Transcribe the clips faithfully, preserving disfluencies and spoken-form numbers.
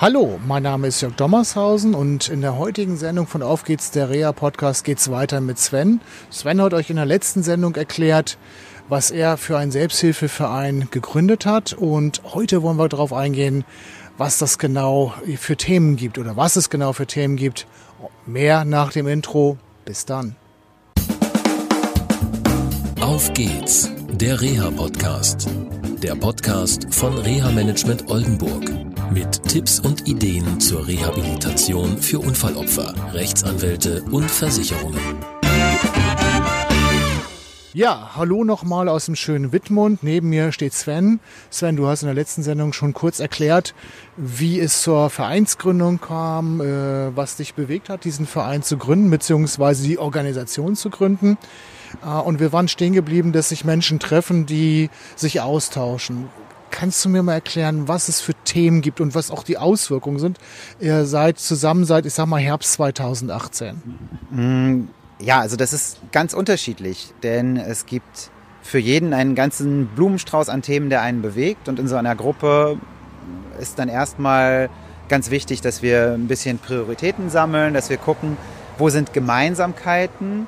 Hallo, mein Name ist Jörg Dommershausen und in der heutigen Sendung von Auf geht's, der Reha-Podcast, geht's weiter mit Sven. Sven hat euch in der letzten Sendung erklärt, was er für einen Selbsthilfeverein gegründet hat, und heute wollen wir darauf eingehen, was das genau für Themen gibt oder was es genau für Themen gibt. Mehr nach dem Intro. Bis dann. Auf geht's, der Reha-Podcast. Der Podcast von Reha-Management Oldenburg. Mit Tipps und Ideen zur Rehabilitation für Unfallopfer, Rechtsanwälte und Versicherungen. Ja, hallo nochmal aus dem schönen Wittmund. Neben mir steht Sven. Sven, du hast in der letzten Sendung schon kurz erklärt, wie es zur Vereinsgründung kam, äh, was dich bewegt hat, diesen Verein zu gründen, beziehungsweise die Organisation zu gründen. Äh, und wir waren stehen geblieben, dass sich Menschen treffen, die sich austauschen. Kannst du mir mal erklären, was es für Themen gibt und was auch die Auswirkungen sind? Ihr seid zusammen seit, ich sag mal, Herbst zweitausendachtzehn. Ja, also das ist ganz unterschiedlich, denn es gibt für jeden einen ganzen Blumenstrauß an Themen, der einen bewegt. Und in so einer Gruppe ist dann erstmal ganz wichtig, dass wir ein bisschen Prioritäten sammeln, dass wir gucken, wo sind Gemeinsamkeiten.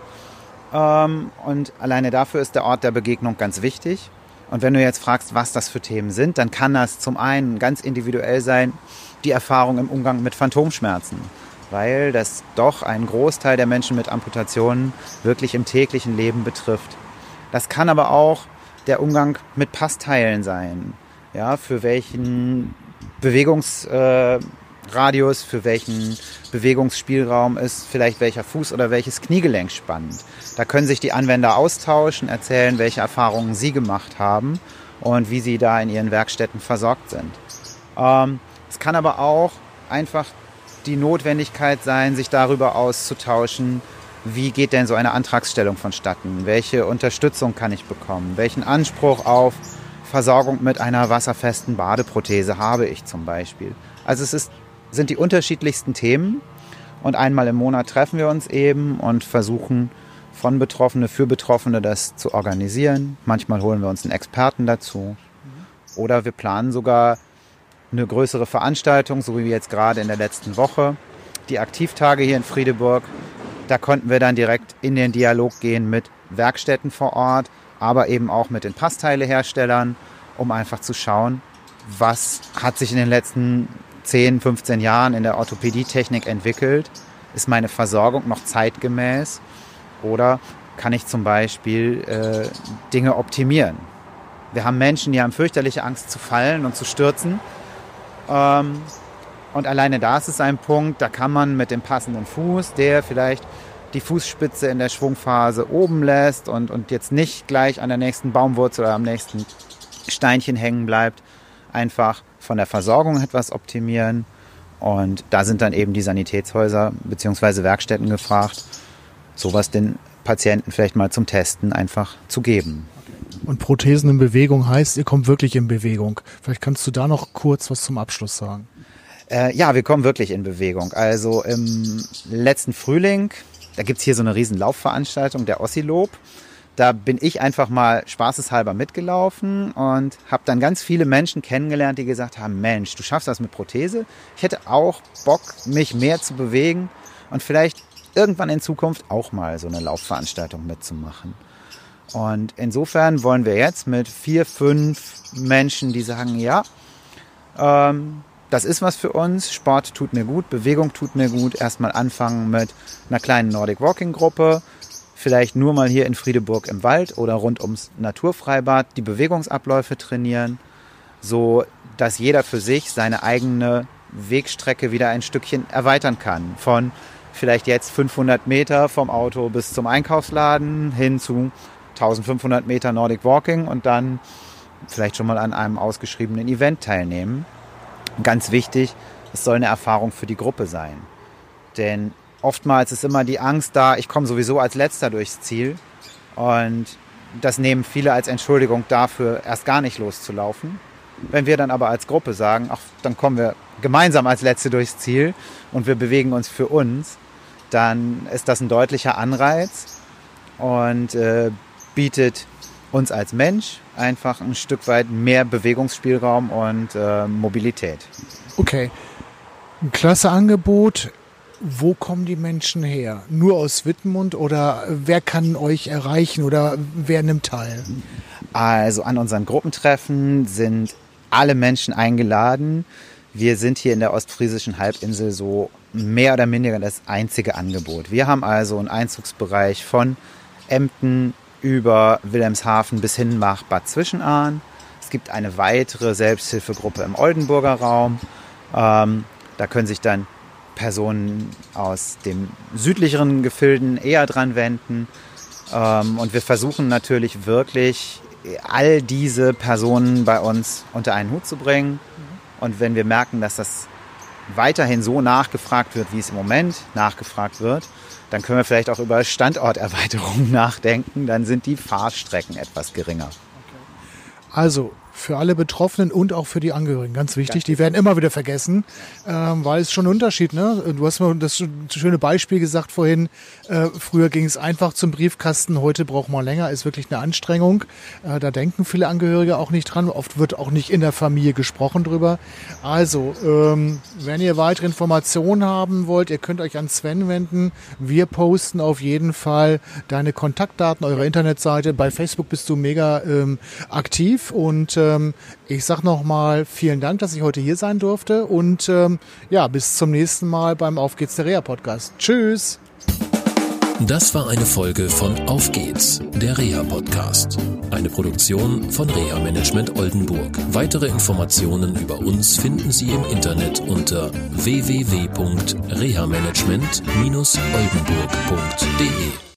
Und alleine dafür ist der Ort der Begegnung ganz wichtig. Und wenn du jetzt fragst, was das für Themen sind, dann kann das zum einen ganz individuell sein, die Erfahrung im Umgang mit Phantomschmerzen, weil das doch einen Großteil der Menschen mit Amputationen wirklich im täglichen Leben betrifft. Das kann aber auch der Umgang mit Passteilen sein, ja, für welchen Bewegungsradius, äh, für welchen Bewegungsspielraum ist vielleicht welcher Fuß oder welches Kniegelenk spannend. Da können sich die Anwender austauschen, erzählen, welche Erfahrungen sie gemacht haben und wie sie da in ihren Werkstätten versorgt sind. Ähm, es kann aber auch einfach die Notwendigkeit sein, sich darüber auszutauschen, wie geht denn so eine Antragsstellung vonstatten? Welche Unterstützung kann ich bekommen? Welchen Anspruch auf Versorgung mit einer wasserfesten Badeprothese habe ich zum Beispiel? Also es ist, sind die unterschiedlichsten Themen, und einmal im Monat treffen wir uns eben und versuchen von Betroffene für Betroffene das zu organisieren. Manchmal holen wir uns einen Experten dazu oder wir planen sogar eine größere Veranstaltung, so wie jetzt gerade in der letzten Woche. Die Aktivtage hier in Friedeburg, da konnten wir dann direkt in den Dialog gehen mit Werkstätten vor Ort, aber eben auch mit den Passteileherstellern, um einfach zu schauen, was hat sich in den letzten zehn, fünfzehn Jahren in der Orthopädietechnik entwickelt. Ist meine Versorgung noch zeitgemäß oder kann ich zum Beispiel äh, Dinge optimieren? Wir haben Menschen, die haben fürchterliche Angst zu fallen und zu stürzen. Ähm, und alleine da ist es ein Punkt, da kann man mit dem passenden Fuß, der vielleicht die Fußspitze in der Schwungphase oben lässt und, und jetzt nicht gleich an der nächsten Baumwurzel oder am nächsten Steinchen hängen bleibt, einfach von der Versorgung etwas optimieren. Und da sind dann eben die Sanitätshäuser bzw. Werkstätten gefragt, sowas den Patienten vielleicht mal zum Testen einfach zu geben. Und Prothesen in Bewegung heißt, ihr kommt wirklich in Bewegung. Vielleicht kannst du da noch kurz was zum Abschluss sagen. Äh, ja, wir kommen wirklich in Bewegung. Also im letzten Frühling, da gibt's hier so eine riesen Laufveranstaltung, der Ossilob. Da bin ich einfach mal spaßeshalber mitgelaufen und habe dann ganz viele Menschen kennengelernt, die gesagt haben, Mensch, du schaffst das mit Prothese. Ich hätte auch Bock, mich mehr zu bewegen und vielleicht irgendwann in Zukunft auch mal so eine Laufveranstaltung mitzumachen. Und insofern wollen wir jetzt mit vier, fünf Menschen, die sagen, ja, ähm, das ist was für uns, Sport tut mir gut, Bewegung tut mir gut, erstmal anfangen mit einer kleinen Nordic Walking Gruppe, vielleicht nur mal hier in Friedeburg im Wald oder rund ums Naturfreibad die Bewegungsabläufe trainieren, so dass jeder für sich seine eigene Wegstrecke wieder ein Stückchen erweitern kann. Von vielleicht jetzt fünfhundert Meter vom Auto bis zum Einkaufsladen hin zu eintausendfünfhundert Meter Nordic Walking und dann vielleicht schon mal an einem ausgeschriebenen Event teilnehmen. Ganz wichtig, es soll eine Erfahrung für die Gruppe sein. Denn oftmals ist immer die Angst da, ich komme sowieso als Letzter durchs Ziel. Und das nehmen viele als Entschuldigung dafür, erst gar nicht loszulaufen. Wenn wir dann aber als Gruppe sagen, ach, dann kommen wir gemeinsam als Letzte durchs Ziel und wir bewegen uns für uns, dann ist das ein deutlicher Anreiz und äh, bietet uns als Mensch einfach ein Stück weit mehr Bewegungsspielraum und äh, Mobilität. Okay. Ein klasse Angebot. Wo kommen die Menschen her? Nur aus Wittmund oder wer kann euch erreichen oder wer nimmt teil? Also an unseren Gruppentreffen sind alle Menschen eingeladen. Wir sind hier in der ostfriesischen Halbinsel so mehr oder minder das einzige Angebot. Wir haben also einen Einzugsbereich von Emden über Wilhelmshaven bis hin nach Bad Zwischenahn. Es gibt eine weitere Selbsthilfegruppe im Oldenburger Raum. Ähm, da können sich dann Personen aus den südlicheren Gefilden eher dran wenden. Ähm, und wir versuchen natürlich wirklich, all diese Personen bei uns unter einen Hut zu bringen. Und wenn wir merken, dass das weiterhin so nachgefragt wird, wie es im Moment nachgefragt wird, dann können wir vielleicht auch über Standorterweiterungen nachdenken. Dann sind die Fahrstrecken etwas geringer. Also für alle Betroffenen und auch für die Angehörigen, ganz wichtig. Die werden immer wieder vergessen, ähm, weil es schon ein Unterschied, ne? Du hast mir das schöne Beispiel gesagt vorhin. Äh, früher ging es einfach zum Briefkasten, heute braucht man länger, ist wirklich eine Anstrengung. Äh, da denken viele Angehörige auch nicht dran. Oft wird auch nicht in der Familie gesprochen drüber. Also, ähm, wenn ihr weitere Informationen haben wollt, ihr könnt euch an Sven wenden. Wir posten auf jeden Fall deine Kontaktdaten, eure Internetseite. Bei Facebook bist du mega ähm, aktiv und ähm, ich sag nochmal vielen Dank, dass ich heute hier sein durfte und ähm, ja, bis zum nächsten Mal beim Auf geht's der Reha Podcast. Tschüss! Das war eine Folge von Auf geht's, der Reha Podcast. Eine Produktion von Reha Management Oldenburg. Weitere Informationen über uns finden Sie im Internet unter w w w punkt reha management dash oldenburg punkt d e.